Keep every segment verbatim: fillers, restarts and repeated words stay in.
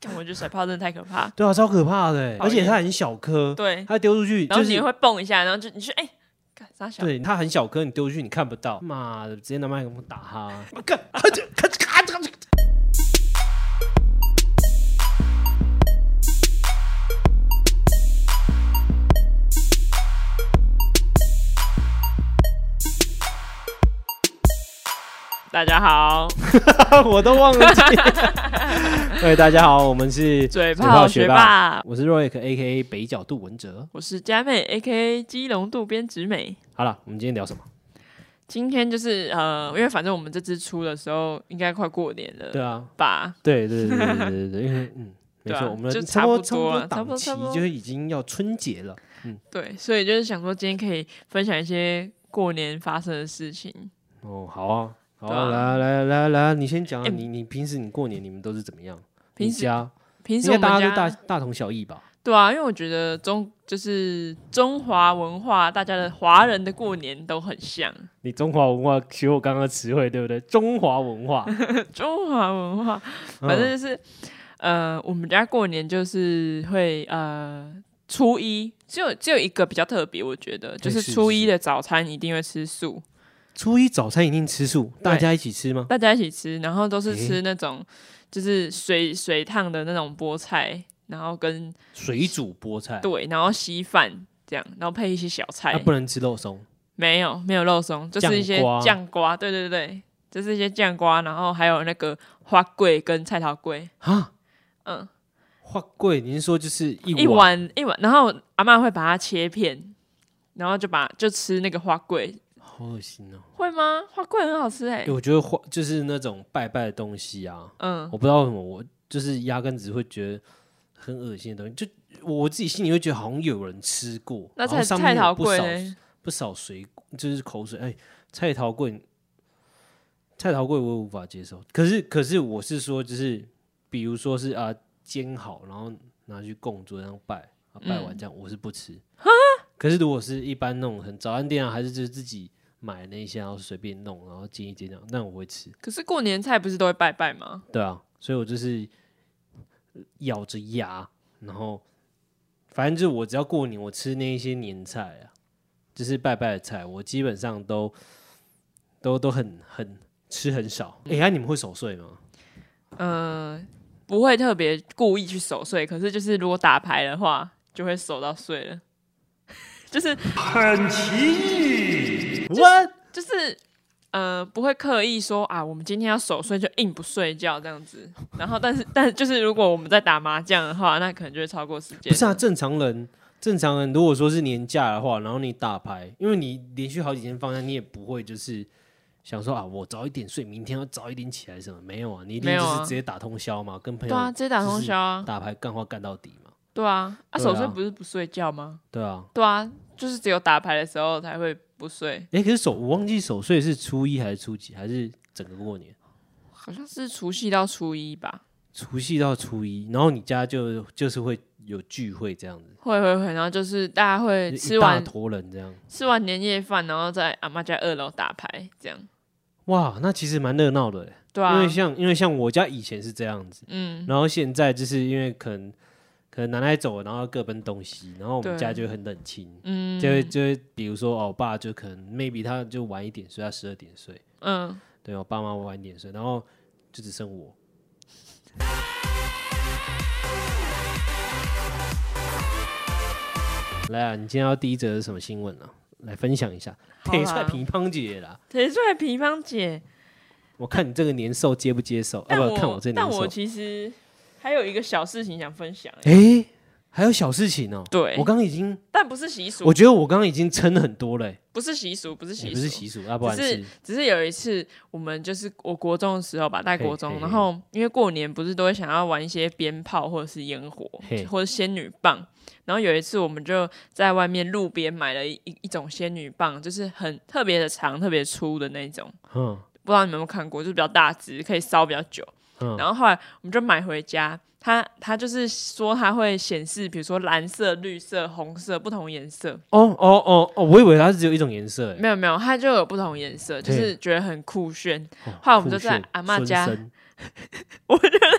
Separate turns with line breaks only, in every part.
我觉得甩炮真的太可怕。
对啊，超可怕的，而且它很小颗，
对，
它丢出去，
然后你会蹦一下，然后就你说哎，啥小？
对，它很小颗，你丢出去你看不到，妈的，直接拿麦克风打它。干，
大家好，
我都忘了。对，大家好，我们是
嘴炮学霸，
我是 Roic A K A 北角杜文哲，
我是佳妹 A K A 基隆渡边直美。
好了，我们今天聊什么？
今天就是呃，因为反正我们这支出的时候应该快过年了，
对啊，
吧？
对对对对对对对，因为嗯，没错，
啊、
我们
就差不多了，
差不多档期就是已经要春节了，嗯，
对，所以就是想说今天可以分享一些过年发生的事情。
哦，好啊。好、啊，来来来来，你先讲啊！欸、你你平时你过年你们都是怎么样？
平时
家
平时我们家
大家都大大同小异吧？
对啊，因为我觉得中就是中华文化，大家的华人的过年都很像。
你中华文化学我刚刚词汇对不对？中华文化，
中华文化，反正就是、嗯、呃，我们家过年就是会呃初一，只有只有一个比较特别，我觉得就是初一的早餐一定会吃素。
初一早餐一定吃素，大家一起吃吗？
大家一起吃，然后都是吃那种、欸、就是水水烫的那种菠菜，然后跟
水煮菠菜，
对，然后稀饭这样，然后配一些小菜。
那、啊、不能吃肉松？没
有，没有肉松，就是一些酱瓜，对对对，就是一些酱瓜，然后还有那个花粿跟菜头粿啊，嗯，
花粿，您说就是一碗
一碗一碗，然后阿嬷会把它切片，然后就把就吃那个花粿。
好恶心哦！
会吗？花粿很好吃哎、欸。
我觉得花就是那种拜拜的东西啊，嗯，我不知道为什么，我就是压根只会觉得很恶心的东西，就我自己心里会觉得好像有人吃过。
那菜菜头粿呢？
不少水就是口水，哎，菜头粿，菜头粿我也无法接受。可是可是我是说，就是比如说是啊煎好，然后拿去供桌上拜，啊、拜完这样、嗯、我是不吃。可是如果是一般那种很早餐店啊，还是就是自己买那些，然后随便弄，然后煎一煎这样，那我会吃。
可是过年菜不是都会拜拜吗？
对啊，所以我就是咬着牙，然后反正就是我只要过年，我吃那一些年菜啊，就是拜拜的菜，我基本上都都都很很吃很少。哎、欸，那、啊、你们会守岁吗？
嗯、呃，不会特别故意去守岁，可是就是如果打牌的话，就会守到岁了。就是
很奇异，
就是就是呃，不会刻意说啊，我们今天要守岁就硬不睡觉这样子。然后，但是但是就是如果我们在打麻将的话，那可能就会超过时间。
不是啊，正常人正常人如果说是年假的话，然后你打牌，因为你连续好几天放假，你也不会就是想说啊，我早一点睡，明天要早一点起来什么？没有啊，你一定就是直接打通宵嘛，跟朋友
对啊，直接打通宵啊，
打牌干话干到底嘛。
对啊，啊，守岁不是不睡觉吗？
对啊，
对啊。就是只有打牌的时候才会不睡。
哎、欸，可是守我忘记守岁是初一还是初几，还是整个过年？
好像是除夕到初一吧。
除夕到初一，然后你家就就是会有聚会这样子。
会会会，然后就是大家会吃完
一大坨人这样，
吃完年夜饭，然后在阿嬷家二楼打牌这样。
哇，那其实蛮热闹的。
对啊，
因为像因为像我家以前是这样子，嗯，然后现在就是因为可能。可能奶奶走了，然后各奔东西，然后我们家就会很冷清，嗯，就会就会比如说哦，我爸就可能 maybe 他就晚一点睡，他十二点睡，嗯，对，我爸妈晚一点睡，然后就只剩我。来啊，你今天要第一则是什么新闻啊？来分享一下。铁帅乒乓姐啦，
铁帅乒乓姐，
我看你这个年兽接不接受？要不要看我这年兽？
但我其实。还有一个小事情想分享、
欸，哎、欸，还有小事情哦、喔。
对，
我刚刚已经，
但不是习俗。
我觉得我刚刚已经撑了很多了、欸。
不是习俗，不是习俗，
欸、不是习俗，要、啊、不然是
只是只是有一次，我们就是我国中的时候吧，在国中，
嘿嘿嘿
然后因为过年不是都会想要玩一些鞭炮或者是烟火，或者仙女棒。然后有一次，我们就在外面路边买了一一种仙女棒，就是很特别的长、特别粗的那种。嗯，不知道你们有没有看过，就是比较大只，可以烧比较久。嗯、然后后来我们就买回家。它它就是说它会显示，比如说蓝色、绿色、红色不同颜色。
哦哦哦哦，我以为它是只有一种颜色。
没有没有，它就有不同颜色，就是觉得很酷炫。哦、后来我们就在阿嬷家，我就在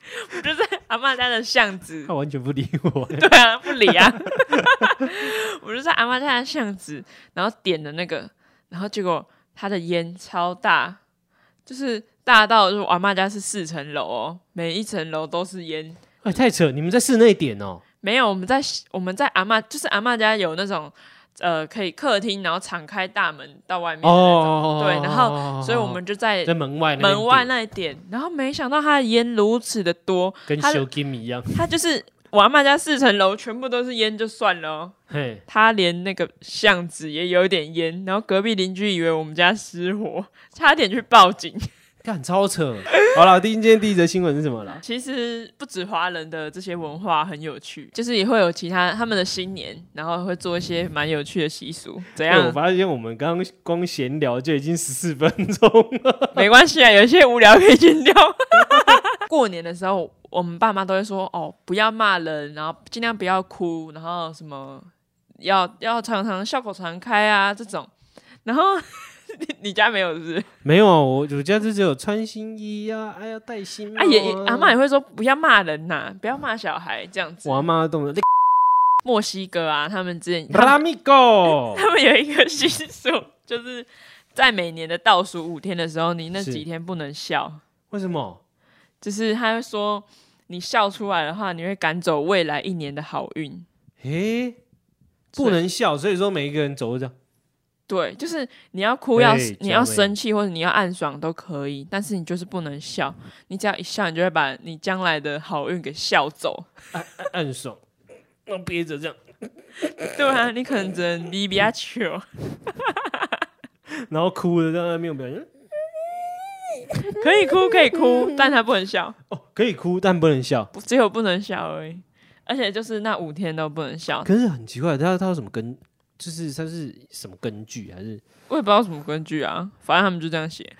我就在阿嬷家的巷子，
他完全不理我。
对啊，不理啊。我就在阿嬷家的巷子，然后点了那个，然后结果他的烟超大，就是大到就是我阿嬷家是四层楼哦，每一层楼都是烟。
哎，太扯！你们在室内点哦？
没有，我们在我们在阿嬷，就是阿嬷家有那种。呃，可以客厅，然后敞开大门到外面的那种，哦、对，然后所以我们就在
在门外
门外那一点，然后没想到他的烟如此的多，
跟修金一样。
他就是我阿嬷家四层楼全部都是烟就算了、哦，嘿，他连那个巷子也有一点烟，然后隔壁邻居以为我们家失火，差点去报警。
干超扯！好了，今天第一则新闻是什么啦？
其实不止华人的这些文化很有趣，就是也会有其他他们的新年，然后会做一些蛮有趣的习俗。怎样？
我发现我们刚刚光闲聊就已经十四分钟了。
没关系啊，有些无聊可以剪掉。过年的时候，我们爸妈都会说：“哦，不要骂人，然后尽量不要哭，然后什么要要常常笑口常开啊这种。”然后。你家没有是不是？
没有啊，我我家就只有穿新衣啊，哎要戴新帽啊。
也阿嬷也会说不要骂人呐、啊，不要骂小孩这样子。
我阿嬷懂了。
墨西哥啊，他们之前
他们他
们有一个习俗，就是在每年的倒数五天的时候，你那几天不能笑。
为什么？
就是他会说，你笑出来的话，你会赶走未来一年的好运。
诶，不能笑，所以说每一个人走这样。
对，就是你要哭要你要生气或者你要暗爽都可以，但是你就是不能笑。你只要一笑，你就会把你将来的好运给笑走。
暗暗爽，然后憋着这样。
对啊，你可能只能离比较久。
然后哭的在那边有表现。
可以哭可以哭，但他不能笑。
哦，可以哭但不能笑，
只有不能笑而已。而且就是那五天都不能笑。
可是很奇怪，他他有什么根？就是它是什么根据？还是
我也不知道什么根据啊，反正他们就这样写。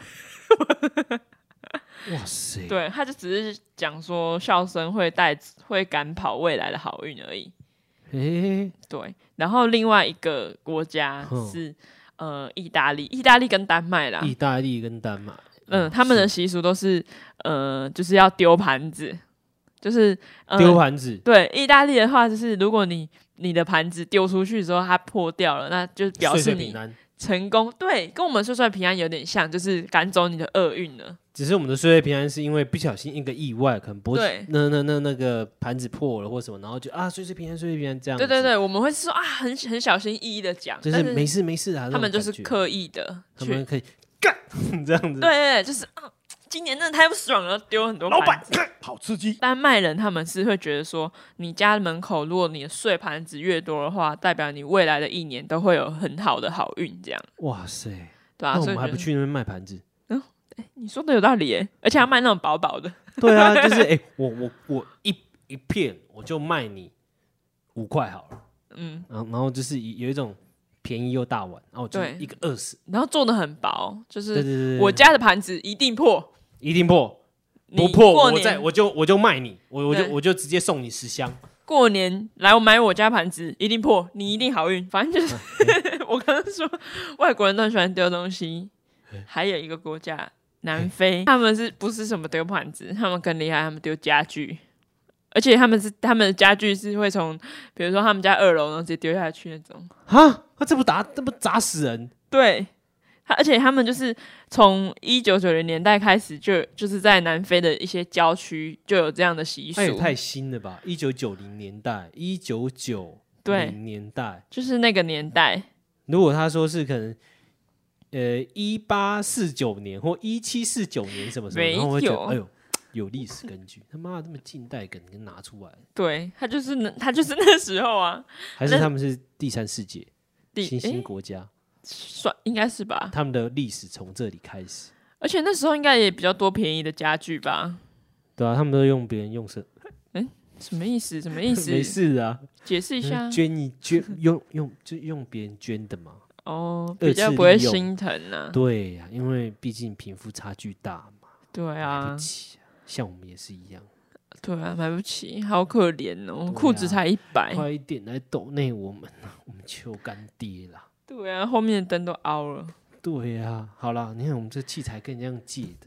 哇塞！
对，他就只是讲说笑声会带会赶跑未来的好运而已。
欸、
对，然后另外一个国家是、嗯、呃意大利，意大利跟丹麦啦。
意大利跟丹麦，
嗯，他们的习俗都是呃，就是要丢盘子，就是
丢盘子。
对，意大利的话就是如果你。你的盘子丢出去之后，它破掉了，那就表示你成功。岁岁对，跟我们岁岁平安有点像，就是赶走你的厄运了。
只是我们的岁岁平安是因为不小心一个意外，可能不是那那那那个盘子破了或什么，然后就啊岁岁平安，岁岁平安这样子。
对对对，我们会说啊，很很小心翼翼的讲，
就是没事没事啊。
他们就是刻意的，
他们可以干这样子。
对对对，就是啊。今年真的太不爽了，丢很多盘子，
老板好刺激。
丹麦人他们是会觉得说，你家门口如果你的碎盘子越多的话，代表你未来的一年都会有很好的好运，这样。
哇塞，
对啊，
那我们还不去那边卖盘子？
嗯，欸、你说的有道理耶，而且要卖那种薄薄的。
对啊，就是哎、欸，我我我一一片我就卖你五块好了，嗯，然后然后就是有一种。便宜又大碗，然后就一个二十，
然后做的很薄，就是
对对对对
我家的盘子一定破，
一定破，不破我再我就我就卖你，我我就我就直接送你十箱。
过年来我买我家盘子一定破，你一定好运，反正就是、啊、我刚刚说外国人都很喜欢丢东西，还有一个国家南非，他们是不是什么丢盘子？他们更厉害，他们丢家具。而且他们是他们的家具是会从，比如说他们家二楼，然后直接丢下去那种。
哈，那这不打这不砸死人？
对，而且他们就是从一九九零年代开始就就是在南非的一些郊区就有这样的习俗。
那也太新了吧！一九九零年代，一九九零年代
就是那个年代。
如果他说是可能，呃，一八四九年或一七四九年什么什么，然后我会觉得，哎呦。有历史根据，他妈的这么近代梗跟拿出来，
对他就是他就是那时候啊，
还是他们是第三世界新兴国家，
算应该是吧？
他们的历史从这里开始，
而且那时候应该也比较多便宜的家具吧？
对啊，他们都用别人用剩，
嗯，什么意思？什么意思？
没事啊，
解释一下，
捐一捐用用就用别人捐的嘛，
哦，比较不会心疼啊。
对呀、啊，因为毕竟贫富差距大嘛，
对啊，
买不起啊。像我们也是一样，
对啊，买不起，好可怜哦，裤、啊、子才一百，
快一点来抖内我们啊，我们求干爹啦。
对啊，后面的灯都凹了。
对啊，好啦，你看我们这器材跟人家借的，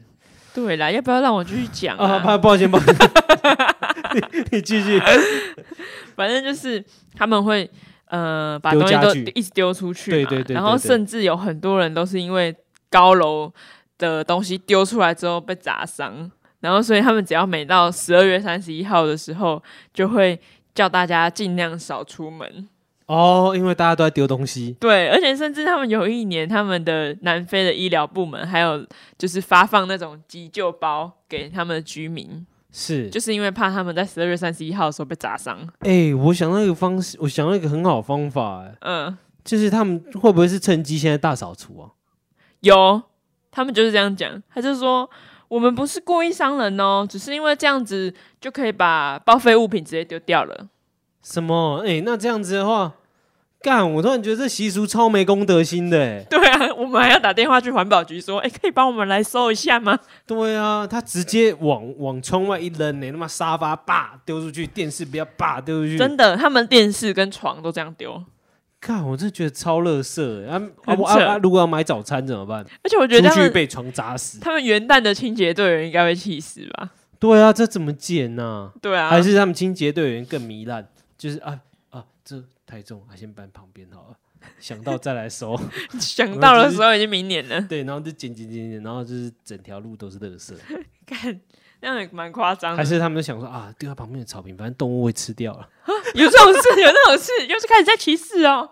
对啦，要不要让我继续讲
啊？
啊，
抱歉抱歉，你你继续。
反正就是他们会呃把东西都一直丢出去嘛，
对对 对, 对, 对，
然后甚至有很多人都是因为高楼的东西丢出来之后被砸伤，然后所以他们只要每到十二月三十一号的时候，就会叫大家尽量少出门。
哦，因为大家都在丢东西。
对，而且甚至他们有一年，他们的南非的医疗部门还有就是发放那种急救包给他们的居民，
是
就是因为怕他们在十二月三十一号的时候被砸伤。
哎、欸，我想到一个方式，我想到一个很好的方法、欸，
嗯，
就是他们会不会是趁机现在大扫除啊？
有，他们就是这样讲，他就说我们不是故意伤人哦，只是因为这样子就可以把报废物品直接丢掉了。
什么？哎、欸，那这样子的话。干！我突然觉得这习俗超没公德心的哎。
对啊，我们还要打电话去环保局说，哎、欸，可以帮我们来收一下吗？
对啊，他直接往往窗外一扔呢，他妈沙发叭丢出去，电视不要叭丢出去。
真的，他们电视跟床都这样丢。
看，我真的觉得超垃圾啊！啊啊啊！如果要买早餐怎么办？
而且我觉得
出去被床砸死。
他们元旦的清洁队员应该会气死吧？
对啊，这怎么捡呢、啊？
对啊，
还是他们清洁队员更糜烂？就是啊啊，这太重，还先搬旁边好了。想到再来收，
想到的时候已经明年了。
对，然后就捡捡捡捡，然后就是整条路都是垃圾。
干，那样也蛮夸张的。
还是他们就想说啊，丢到旁边的草坪，反正动物会吃掉了。
有这种事，有这种事，又是开始在歧视哦。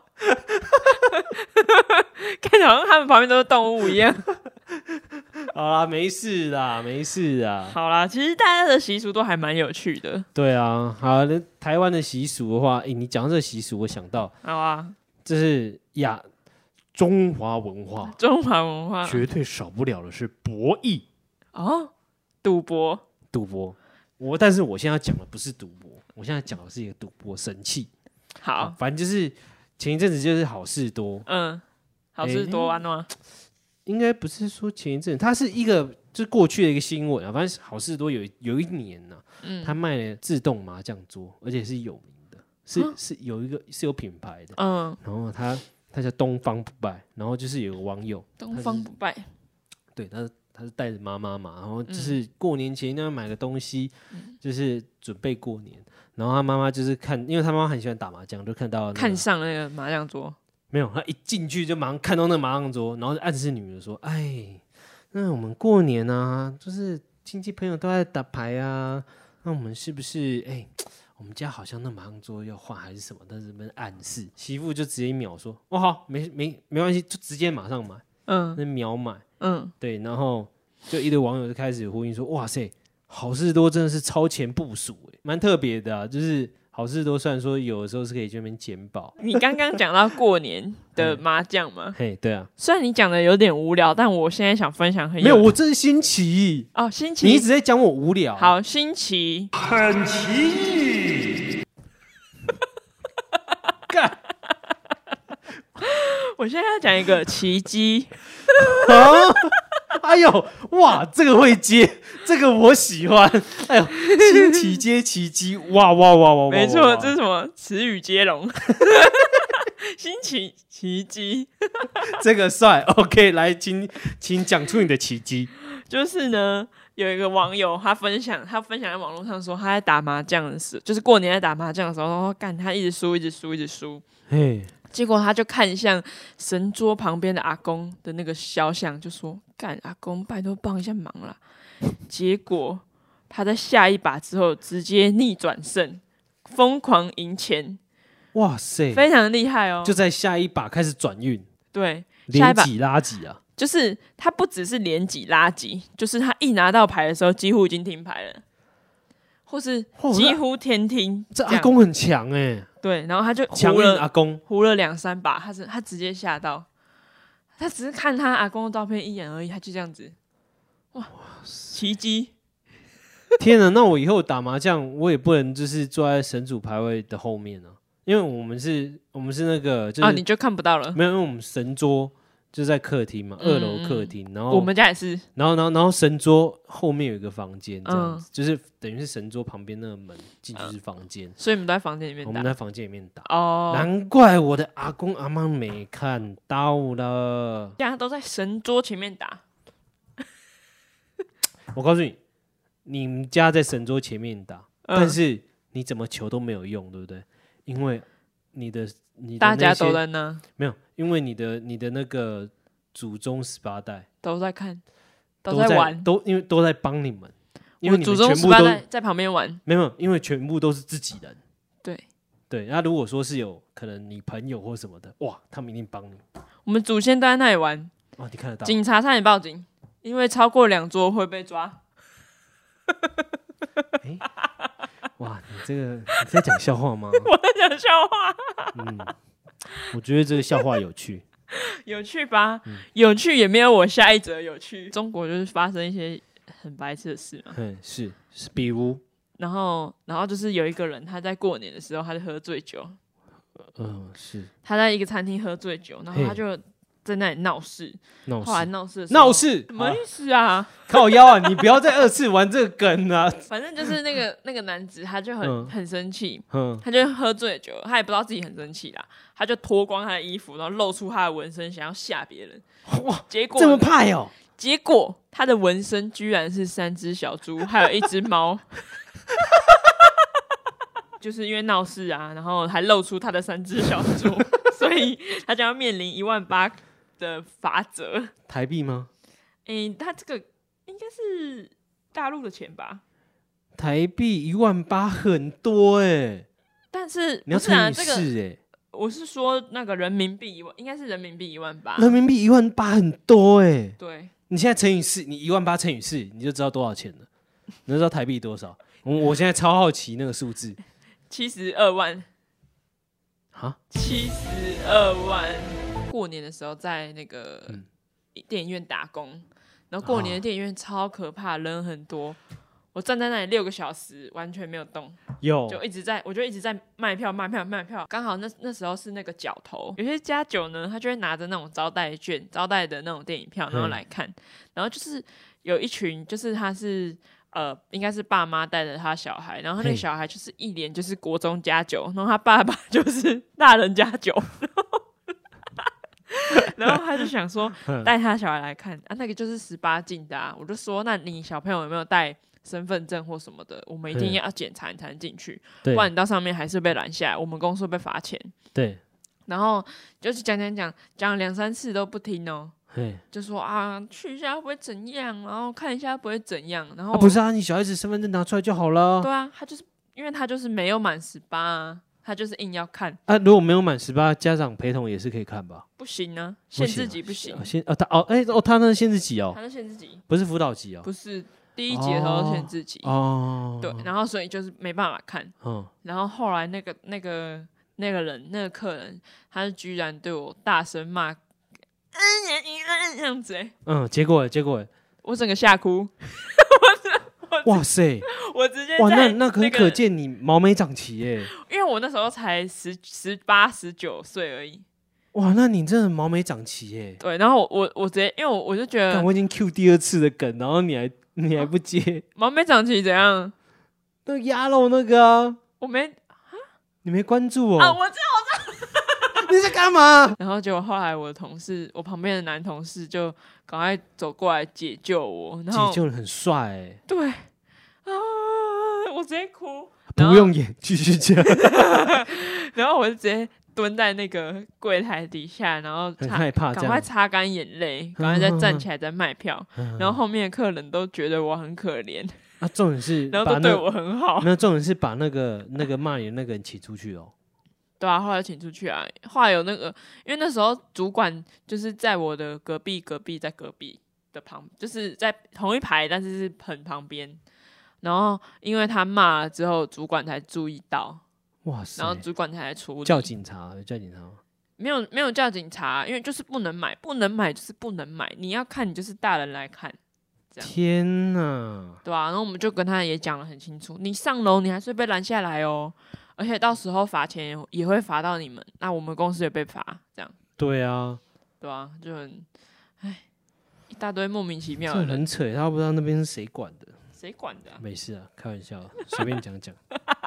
看起来好像他们旁边都是动物一样。
好啦，没事啦，没事啦。
好啦，其实大家的习俗都还蛮有趣的。
对啊，好，那台湾的习俗的话，哎、欸，你讲到这个习俗，我想到，
好啊，
这是亚中华文化，
中华文化
绝对少不了的是博弈
哦，赌博，
赌博。我但是我现在讲的不是赌博，我现在讲的是一个赌博神器。
好，
啊、反正就是前一阵子就是好事多，
嗯，好事多安诺。
欸应该不是说前一阵，它是一个就是过去的一个新闻啊。反正好事多有有一年呢、啊，嗯，他卖了自动麻将桌，而且是有名的，是、嗯、是有一个是有品牌的，嗯，然后他他叫东方不败，然后就是有个网友，
东方不败，
对，他他是带着妈妈嘛，然后就是过年前要买个东西，嗯、就是准备过年，然后他妈妈就是看，因为他妈妈很喜欢打麻将，就看到、那个、
看上那个麻将桌。
没有，他一进去就马上看到那个麻将桌，然后就暗示女儿说：“哎，那我们过年啊，就是亲戚朋友都在打牌啊，那我们是不是哎，我们家好像那麻将桌要换还是什么？但是边暗示媳妇就直接一秒说：哦好，没没没关系，就直接马上买，嗯，那秒买，嗯，对，然后就一堆网友就开始呼应说：哇塞，好事多真的是超前部署，哎，蛮特别的啊，就是。”好事多虽然说有的时候是可以去那边捡宝。
你刚刚讲到过年的麻将吗？
嘿，对啊。
虽然你讲的有点无聊，但我现在想分享很有
没有，我这是新奇
哦，新奇。
你一直在讲我无聊。
好，新奇，
很奇异。干！
我现在要讲一个奇迹。
啊！哎呦，哇，这个会接，这个我喜欢。哎呦，新奇接奇迹，哇哇哇哇！
没错，这是什么词语接龙？新奇奇迹，
这个帅。OK， 来，请请讲出你的奇迹。
就是呢，有一个网友他分享，他分享在网络上说，他在打麻将的时候，就是过年在打麻将的时候，然后干他一直输，一直输，一直输。嘿。结果他就看向神桌旁边的阿公的那个肖像，就说：“干阿公，拜托帮一下忙啦。”结果他在下一把之后直接逆转胜，疯狂赢钱。
哇塞，
非常厉害哦！
就在下一把开始转运，
对，
连几拉几啊！
就是他不只是连几拉几，就是他一拿到牌的时候，几乎已经停牌了，或是几乎天听。
这阿公很强哎、欸。
对，然后他就
强运阿公
胡了两三把，他是他直接吓到，他只是看他阿公的照片一眼而已，他就这样子，哇，奇迹！
天哪，那我以后打麻将，我也不能就是坐在神主牌位的后面啊，因为我们是，我们是那个就是、
啊，你就看不到了，
没有，因为我们神桌就在客厅嘛，嗯、二楼客厅，然后
我们家也是，
然后然后然后神桌后面有一个房间，这样子、嗯，就是等于是神桌旁边那个门进去是房间、嗯，
所以你们都在房间里面打，
我们在房间里面打
哦，
难怪我的阿公阿嬷没看到了，
大家都在神桌前面打。
我告诉你，你们家在神桌前面打，嗯、但是你怎么求都没有用，对不对？因为你的你的
大家都在那，
没有，因为你的你的那个祖宗十八代
都在看，都在玩，
都因为都在帮你们，因为你们
祖宗十八代在旁边玩，
没有，因为全部都是自己人。
对
对，那如果说是有可能你朋友或什么的，哇，他们一定帮你。
我们祖先都在那里玩，
哇，你看得到？
警察差点报警，因为超过两桌会被抓。
欸、哇，你这个你在讲笑话吗？
我在讲笑话。
嗯，我觉得这个笑话有趣，
有趣吧？嗯、有趣也没有我下一则有趣。中国就是发生一些很白痴的事嘛。
嗯，是是，比如，
然后然后就是有一个人他在过年的时候他就喝醉酒，
嗯、呃，是
他在一个餐厅喝醉酒，然后他就在那里闹事，
闹事，
后来闹事的时候，
闹事
什么意思啊？
靠腰啊！你不要再二次玩这个梗啊！
反正就是那个那个男子，他就很、嗯、很生气，
嗯，
他就喝醉酒，他也不知道自己很生气啦，他就脱光他的衣服，然后露出他的纹身，想要吓别人。
哇，
结果
这么派哦！
结果他的纹身居然是三只小猪，还有一只猫。就是因为闹事啊，然后还露出他的三只小猪，所以他将要面临一万八的罚则。
台币吗？
诶、欸，他这个应该是大陆的钱吧？
台币一万八很多哎、欸，
但是
你要乘以四哎、欸。
我是说那个人民币一万，应该是人民币一万八。
人民币一万八很多哎、欸。
对，
你现在乘以四，你一万八乘以四，你就知道多少钱了。你就知道台币多少？我我现在超好奇那个数字。
七十二万，
哈，
七十二万。过年的时候在那个电影院打工，然后过年的电影院超可怕，人很多。我站在那里六个小时，完全没有动，
有
就一直在，我就一直在卖票、卖票、卖票。刚好那那时候是那个角头，有些家酒呢，他就会拿着那种招待券、招待的那种电影票，然后来看。然后就是有一群，就是他是。呃，应该是爸妈带着他小孩，然后那个小孩就是一脸就是国中加九，然后他爸爸就是大人加九，然后他就想说带他小孩来看啊，那个就是十八禁的啊，我就说那你小朋友有没有带身份证或什么的？我们一定要检查你才能进去，不然你到上面还是被拦下来，我们公司会被罚钱。
对，
然后就是讲讲讲讲两三次都不听哦。就说啊，去一下不会怎样，然后看一下不会怎样，然后、
啊、不是啊，你小孩子身份证拿出来就好了。
对啊，他就是因为他就是没有满十八啊，他就是硬要看
啊。如果没有满十八，家长陪同也是可以看吧？
不行啊，限制级不行。
限啊，他哦，哎、欸、哦，他那是限制级哦，
他是限制级，
不是辅导级哦，
不是第一集的时候限制级
哦。
对，然后所以就是没办法看。嗯，然后后来那个那个那个人那个客人，他居然对我大声骂。嗯这样子哎、欸，
嗯，结果结果
我整个嚇哭，
我哇塞，
我直接
哇，那那很可见你毛没长齐耶，
因为我那时候才十十八十九岁而已，
哇，那你真的毛没长齐耶。
对，然后我我我直接，因为我我就觉得，
我已经 Q 第二次的梗，然后你还你还不接，
毛没长齐怎样？
那鸭肉那个啊，
我没
你没关注哦，
啊，我知道我知道。
你在干嘛？
然后结果后来我的同事，我旁边的男同事就赶快走过来解救我，然后
解救得很帅哎、欸。
对啊，我直接哭，
不用演，继续讲。
然后我就直接蹲在那个柜台底下，然后
很害怕，
赶快擦干眼泪，赶快再站起来再卖票。然后后面的客人都觉得我很可怜
啊，重点是，
然后都对我很好。
那重点是把那个那个骂你的那个人请出去哦。
对啊，后来请出去啊。后来有那个，因为那时候主管就是在我的隔壁，隔壁在隔壁的旁，就是在同一排，但是是很旁边。然后因为他骂了之后，主管才注意到，
哇塞！
然后主管才来处理。
叫警察？叫警察吗？
没有，没有叫警察，因为就是不能买，不能买就是不能买。你要看，你就是大人来看。这样
天哪！
对啊，然后我们就跟他也讲得很清楚，你上楼你还是会被拦下来哦。而且到时候罚钱也会罚到你们，那我们公司也被罚，这样。
对啊，
对啊，就很，唉，一大堆莫名其妙的人，
这很扯，他不知道那边是谁管的。
谁管的、啊？
没事啊，开玩笑，随便讲讲。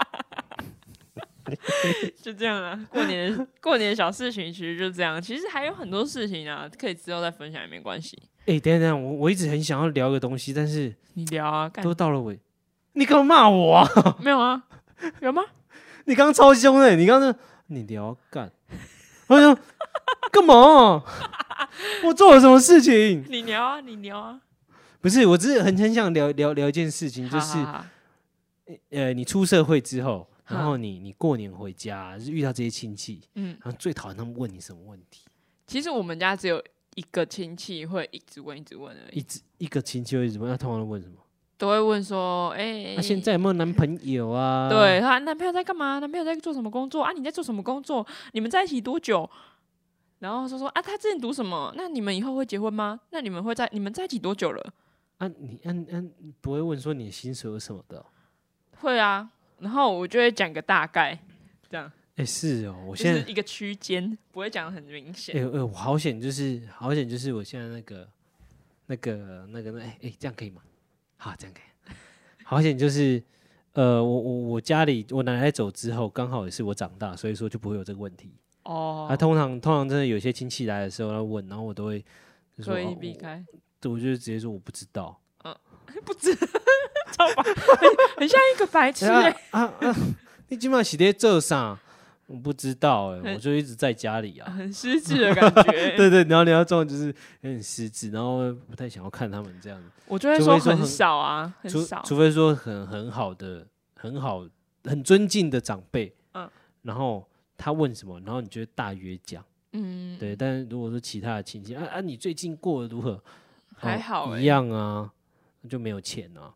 就这样啊，过年过年的小事情其实就这样，其实还有很多事情啊，可以之后再分享也没关系。
哎、欸，等一下，我我一直很想要聊个东西，但是
你聊啊，
都到了尾，你干嘛骂我啊？
没有啊，有吗？
你刚刚超凶的、欸，你刚刚你聊干，我说干嘛？我做了什么事情？
你聊啊，你聊啊。
不是，我只是很很想聊聊聊一件事情，就是
好好好
呃，你出社会之后，然后你你过年回家，就是遇到这些亲戚，嗯，然后最讨厌他们问你什么问题？
其实我们家只有一个亲戚会一直问，一直问而已。
一直一个亲戚会一直问，那通常问什么？
都会问说，哎、欸，
那、啊、现在有没有男朋友啊？
对，他男朋友在干嘛？男朋友在做什么工作啊？你在做什么工作？你们在一起多久？然后说说啊，他之前读什么？那你们以后会结婚吗？那你们会在你们在一起多久了？
啊，你嗯嗯、啊啊，不会问说你的薪水有什么的、哦？
会啊，然后我就会讲个大概，这样。
哎、欸，是哦，我现在
就是一个区间，不会讲得很明显。
哎哎、欸欸，我好险，就是好险，就是我现在那个那个那个那哎哎、欸，这样可以吗？好，这样可以。好险，就是呃，我我我家里我奶奶走之后，刚好也是我长大，所以说就不会有这个问题。哦。啊，通常通常真的有些亲戚来的时候要问，然后我都会就说
可以避开。
对、哦，我就直接说我不知道。
嗯，不知道，超白，很很像一个白痴哎、欸。
啊啊啊！你今晚是在做啥？我不知道哎、欸，我就一直在家里啊，
很失智的感觉。
对对，然后你要装就是有点失智，然后不太想要看他们这样子。
我就会说很少啊，很少，
除非说很很好的、很好、很尊敬的长辈，嗯，然后他问什么，然后你就大约讲，嗯，对。但是如果说其他的亲戚啊啊，你最近过得如何？
还好、欸，
一样啊，就没有钱啊。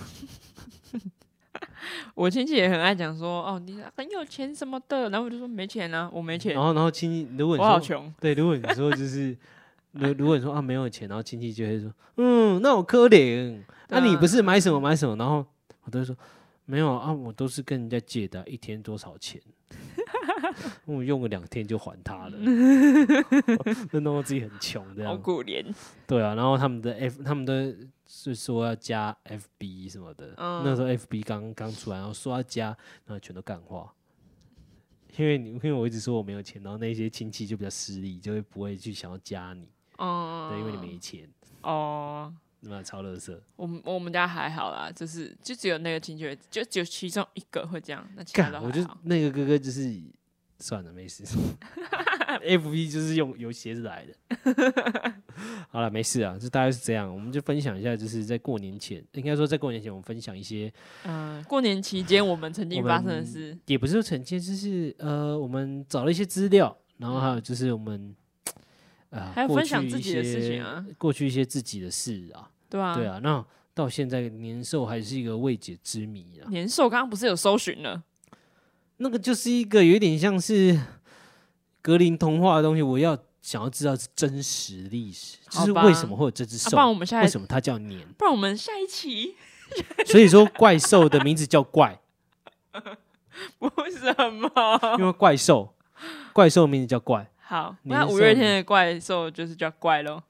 我亲戚也很爱讲说，哦，你很有钱什么的，然后我就说没钱啊，我没钱。
然后，然后亲戚，如果你说
我好穷，
对，如果你说就是，如如果你说啊没有钱，然后亲戚就会说，嗯，那我可怜，那、啊、你不是买什么买什么？然后我都会说没有啊，我都是跟人家借的，一天多少钱？我用个两天就还他了，就弄得自己很穷这样，
好可怜。对
啊，然后他们的 F， 他们都是说要加 F B 什么的，嗯、那时候 F B 刚刚出来，然后说要加，然后全都干话。因为你因为我一直说我没有钱，然后那些亲戚就比较势利，就会不会去想要加你，嗯，对，因为你没钱哦。那超垃圾。
我们我们家还好啦，就是就只有那个亲戚，就只有其中一个会这样，那其他都还好。
我就那个哥哥就是算了，没事。F B 就是用有鞋子来的。好了，没事啊，就大概是这样。我们就分享一下，就是在过年前，应该说在过年前，我们分享一些，
嗯、呃，过年期间我们曾经发生的事，
也不是说曾经，就是呃，我们找了一些资料，然后还有就是我们，呃，
还有分享自己的事情啊，
过去一些自己的事啊。
对啊，
对啊，那到现在年兽还是一个未解之谜啊。
年兽刚刚不是有搜寻了？
那个就是一个有点像是格林童话的东西，我要想要知道是真实历史，就是为什么会有这只兽？啊、
不然我们下
为什么它叫年？
不然我们下一期。
所以说怪兽的名字叫怪，
为什么？
因为怪兽，怪兽的名字叫怪。
好，那五月天的怪兽就是叫怪咯。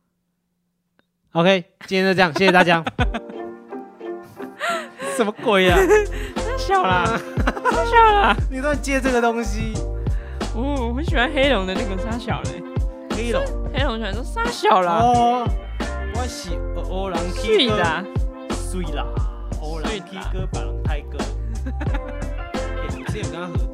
OK， 今天就这样，谢谢大家。什么鬼呀、啊？
太小啦，太小啦！
你都接这个东西？
哦，我很喜欢黑龙的那个沙小嘞。
黑龙，
黑龙喜欢说沙小啦。
哦，我是欧人 K 歌，水啦，欧人 K 歌，白人泰歌。你之前有跟他合作？